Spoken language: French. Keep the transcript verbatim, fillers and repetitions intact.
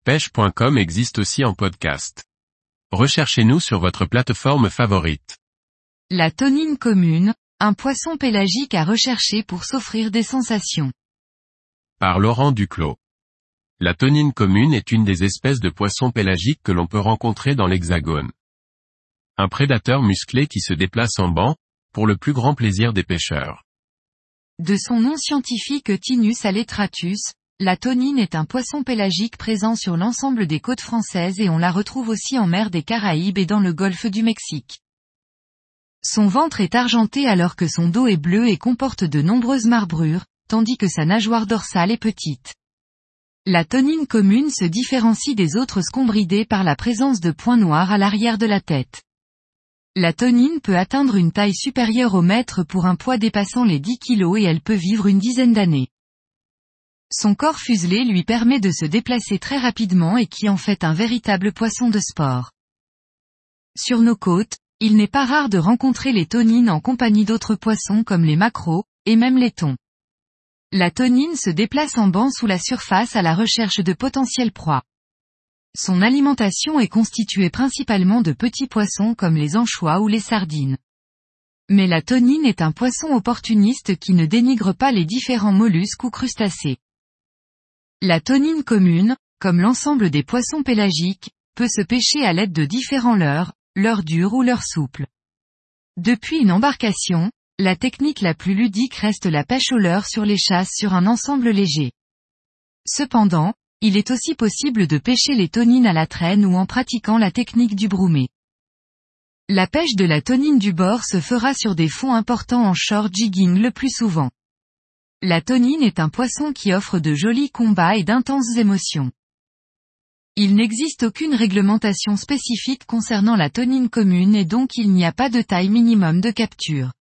pêche point com existe aussi en podcast. Recherchez-nous sur votre plateforme favorite. La tonine commune, un poisson pélagique à rechercher pour s'offrir des sensations. Par Laurent Duclos. La tonine commune est une des espèces de poissons pélagiques que l'on peut rencontrer dans l'Hexagone. Un prédateur musclé qui se déplace en banc, pour le plus grand plaisir des pêcheurs. De son nom scientifique Tinus aletratus, la tonine est un poisson pélagique présent sur l'ensemble des côtes françaises et on la retrouve aussi en mer des Caraïbes et dans le golfe du Mexique. Son ventre est argenté alors que son dos est bleu et comporte de nombreuses marbrures, tandis que sa nageoire dorsale est petite. La tonine commune se différencie des autres scombridés par la présence de points noirs à l'arrière de la tête. La tonine peut atteindre une taille supérieure au mètre pour un poids dépassant les dix kilos et elle peut vivre une dizaine d'années. Son corps fuselé lui permet de se déplacer très rapidement et qui en fait un véritable poisson de sport. Sur nos côtes, il n'est pas rare de rencontrer les tonines en compagnie d'autres poissons comme les maquereaux, et même les thons. La tonine se déplace en banc sous la surface à la recherche de potentielles proies. Son alimentation est constituée principalement de petits poissons comme les anchois ou les sardines. Mais la tonine est un poisson opportuniste qui ne dénigre pas les différents mollusques ou crustacés. La tonine commune, comme l'ensemble des poissons pélagiques, peut se pêcher à l'aide de différents leurres, leurres durs ou leurres souples. Depuis une embarcation, la technique la plus ludique reste la pêche au leurre sur les chasses sur un ensemble léger. Cependant, il est aussi possible de pêcher les tonines à la traîne ou en pratiquant la technique du broumé. La pêche de la tonine du bord se fera sur des fonds importants en shore jigging le plus souvent. La tonine est un poisson qui offre de jolis combats et d'intenses émotions. Il n'existe aucune réglementation spécifique concernant la tonine commune et donc il n'y a pas de taille minimum de capture.